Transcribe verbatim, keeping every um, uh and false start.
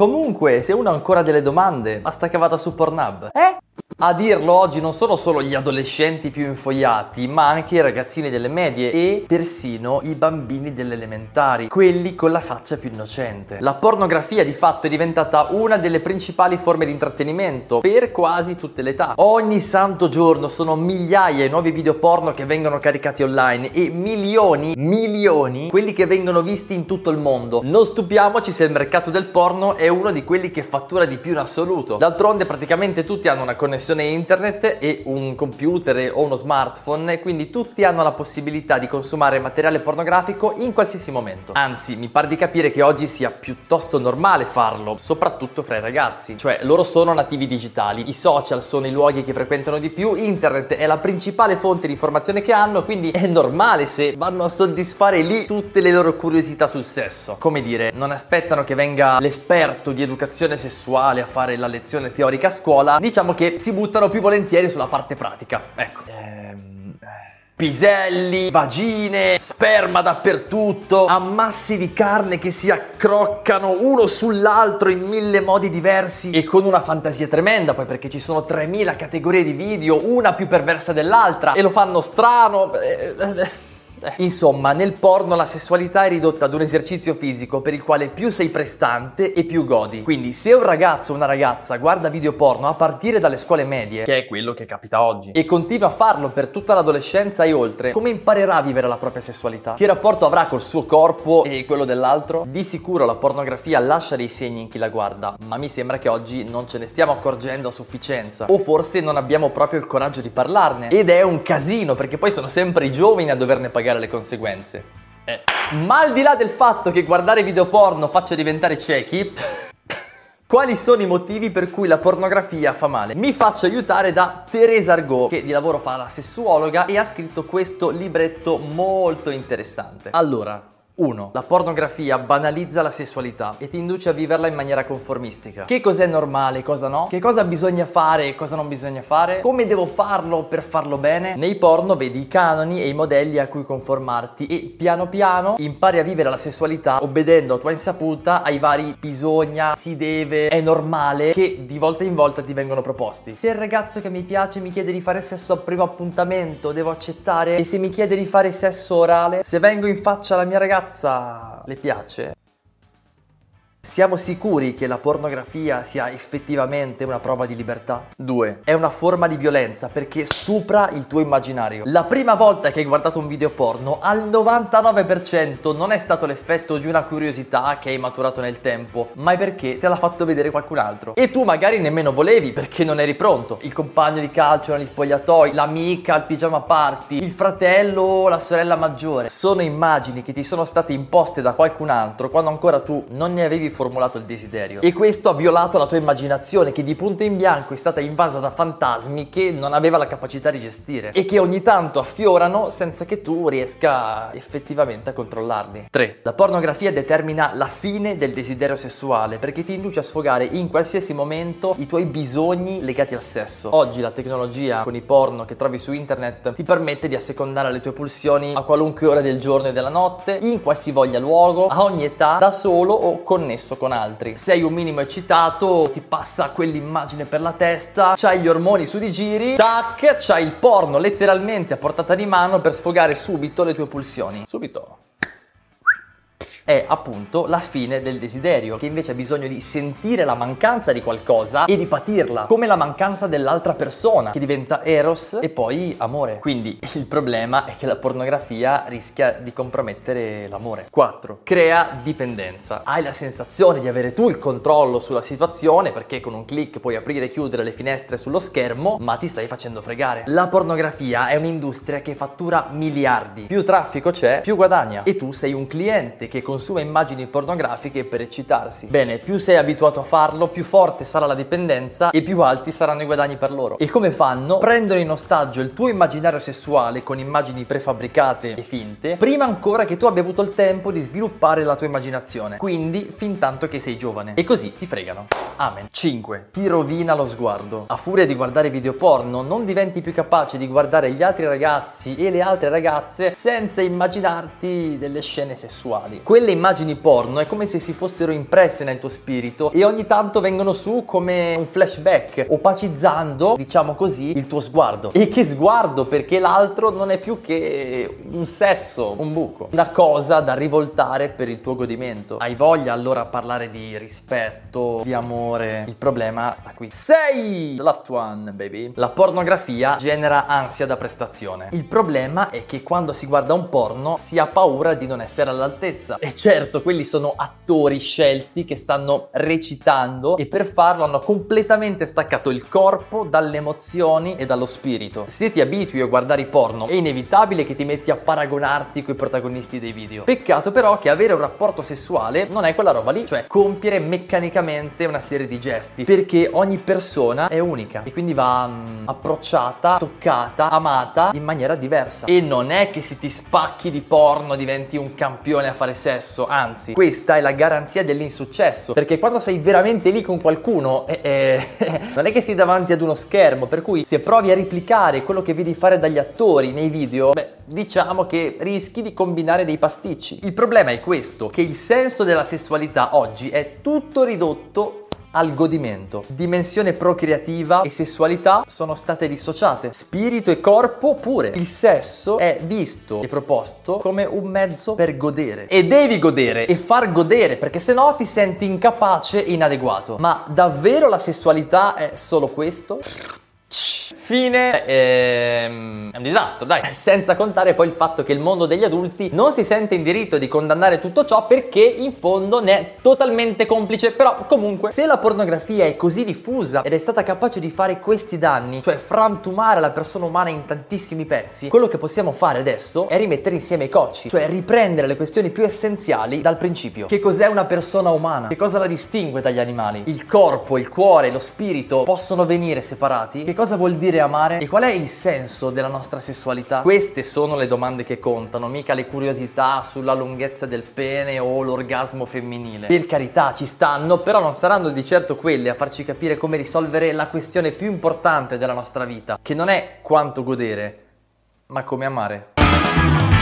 Comunque, se uno ha ancora delle domande, basta che vada su Pornhub. Eh? A dirlo oggi non sono solo gli adolescenti più infogliati, ma anche i ragazzini delle medie e persino i bambini delle elementari, quelli con la faccia più innocente. La pornografia di fatto è diventata una delle principali forme di intrattenimento per quasi tutte le età. Ogni santo giorno sono migliaia i nuovi video porno che vengono caricati online e milioni, milioni quelli che vengono visti in tutto il mondo. Non stupiamoci se il mercato del porno è uno di quelli che fattura di più in assoluto. D'altronde praticamente tutti hanno una connessione internet e un computer o uno smartphone, e quindi tutti hanno la possibilità di consumare materiale pornografico in qualsiasi momento. Anzi, mi pare di capire che oggi sia piuttosto normale farlo, soprattutto fra i ragazzi. Cioè, loro sono nativi digitali, i social sono i luoghi che frequentano di più, internet è la principale fonte di informazione che hanno, quindi è normale se vanno a soddisfare lì tutte le loro curiosità sul sesso. Come dire, non aspettano che venga l'esperto di educazione sessuale a fare la lezione teorica a scuola, diciamo che si buttano più volentieri sulla parte pratica. Ecco. Ehm... Piselli, vagine, sperma dappertutto, ammassi di carne che si accroccano uno sull'altro in mille modi diversi e con una fantasia tremenda, poi perché ci sono tremila categorie di video, una più perversa dell'altra, e lo fanno strano. Insomma, nel porno la sessualità è ridotta ad un esercizio fisico per il quale più sei prestante e più godi. Quindi se un ragazzo o una ragazza guarda video porno a partire dalle scuole medie, che è quello che capita oggi, e continua a farlo per tutta l'adolescenza e oltre, come imparerà a vivere la propria sessualità? Che rapporto avrà col suo corpo e quello dell'altro? Di sicuro la pornografia lascia dei segni in chi la guarda, ma mi sembra che oggi non ce ne stiamo accorgendo a sufficienza, o forse non abbiamo proprio il coraggio di parlarne, ed è un casino perché poi sono sempre i giovani a doverne pagare le conseguenze. Eh. Ma al di là del fatto che guardare video porno faccia diventare ciechi, quali sono i motivi per cui la pornografia fa male? Mi faccio aiutare da Teresa Argot, che di lavoro fa la sessuologa e ha scritto questo libretto molto interessante. Allora, uno. La pornografia banalizza la sessualità e ti induce a viverla in maniera conformistica. Che cos'è normale e cosa no? Che cosa bisogna fare e cosa non bisogna fare? Come devo farlo per farlo bene? Nei porno vedi i canoni e i modelli a cui conformarti e piano piano impari a vivere la sessualità obbedendo a tua insaputa ai vari bisogna, si deve, è normale che di volta in volta ti vengono proposti. Se il ragazzo che mi piace mi chiede di fare sesso al primo appuntamento, devo accettare? E se mi chiede di fare sesso orale? Se vengo in faccia alla mia ragazza, le piace? Siamo sicuri che la pornografia sia effettivamente una prova di libertà? due. È una forma di violenza perché stupra il tuo immaginario. La prima volta che hai guardato un video porno, al novantanove per cento non è stato l'effetto di una curiosità che hai maturato nel tempo, ma è perché te l'ha fatto vedere qualcun altro. E tu magari nemmeno volevi perché non eri pronto. Il compagno di calcio negli spogliatoi, l'amica al pigiama party, il fratello o la sorella maggiore. Sono immagini che ti sono state imposte da qualcun altro quando ancora tu non ne avevi formulato il desiderio, e questo ha violato la tua immaginazione, che di punto in bianco è stata invasa da fantasmi che non aveva la capacità di gestire e che ogni tanto affiorano senza che tu riesca effettivamente a controllarli. tre. La pornografia determina la fine del desiderio sessuale perché ti induce a sfogare in qualsiasi momento i tuoi bisogni legati al sesso. Oggi la tecnologia con i porno che trovi su internet ti permette di assecondare le tue pulsioni a qualunque ora del giorno e della notte, in qualsivoglia luogo, a ogni età, da solo o connesso con altri. Sei un minimo eccitato, ti passa quell'immagine per la testa, c'hai gli ormoni su di giri, tac, c'hai il porno letteralmente a portata di mano per sfogare subito le tue pulsioni. Subito. È appunto la fine del desiderio, che invece ha bisogno di sentire la mancanza di qualcosa e di patirla, come la mancanza dell'altra persona, che diventa eros e poi amore. Quindi il problema è che la pornografia rischia di compromettere l'amore. quattro. Crea dipendenza. Hai la sensazione di avere tu il controllo sulla situazione perché con un click puoi aprire e chiudere le finestre sullo schermo, ma ti stai facendo fregare. La pornografia è un'industria che fattura miliardi. Più traffico c'è, più guadagna, e tu sei un cliente che consuma immagini pornografiche per eccitarsi. Bene, più sei abituato a farlo, più forte sarà la dipendenza e più alti saranno i guadagni per loro. E come fanno? Prendono in ostaggio il tuo immaginario sessuale con immagini prefabbricate e finte, prima ancora che tu abbia avuto il tempo di sviluppare la tua immaginazione. Quindi fin tanto che sei giovane. E così ti fregano. Amen. cinque. Ti rovina lo sguardo. A furia di guardare video porno non diventi più capace di guardare gli altri ragazzi e le altre ragazze senza immaginarti delle scene sessuali. Quelle immagini porno è come se si fossero impresse nel tuo spirito e ogni tanto vengono su come un flashback, opacizzando, diciamo così, il tuo sguardo. E che sguardo, perché l'altro non è più che un sesso, un buco, una cosa da rivoltare per il tuo godimento. Hai voglia allora a parlare di rispetto, di amore? Il problema sta qui. sei. The last one, baby. La pornografia genera ansia da prestazione. Il problema è che quando si guarda un porno si ha paura di non essere all'altezza. E certo, quelli sono attori scelti che stanno recitando e per farlo hanno completamente staccato il corpo dalle emozioni e dallo spirito. Se ti abitui a guardare i porno è inevitabile che ti metti a paragonarti coi protagonisti dei video. Peccato però che avere un rapporto sessuale non è quella roba lì, cioè compiere meccanicamente una serie di gesti, perché ogni persona è unica e quindi va um, approcciata, toccata, amata in maniera diversa. E non è che se ti spacchi di porno diventi un campione a fare sesso, anzi, questa è la garanzia dell'insuccesso, perché quando sei veramente lì con qualcuno eh, eh, non è che sei davanti ad uno schermo, per cui se provi a replicare quello che vedi fare dagli attori nei video, beh, diciamo che rischi di combinare dei pasticci. Il problema è questo, che il senso della sessualità oggi è tutto ridotto al godimento. Dimensione procreativa e sessualità sono state dissociate. Spirito e corpo pure. Il sesso è visto e proposto come un mezzo per godere. E devi godere e far godere, perché sennò ti senti incapace e inadeguato. Ma davvero la sessualità è solo questo? Fine, ehm, è un disastro, dai. Senza contare poi il fatto che il mondo degli adulti non si sente in diritto di condannare tutto ciò, perché in fondo ne è totalmente complice. Però comunque, se la pornografia è così diffusa ed è stata capace di fare questi danni, cioè frantumare la persona umana in tantissimi pezzi, quello che possiamo fare adesso è rimettere insieme i cocci, cioè riprendere le questioni più essenziali dal principio. Che cos'è una persona umana? Che cosa la distingue dagli animali? Il corpo, il cuore, lo spirito possono venire separati? Che cosa vuol dire amare? E qual è il senso della nostra sessualità? Queste sono le domande che contano, mica le curiosità sulla lunghezza del pene o l'orgasmo femminile. Per carità, ci stanno, però non saranno di certo quelle a farci capire come risolvere la questione più importante della nostra vita, che non è quanto godere, ma come amare.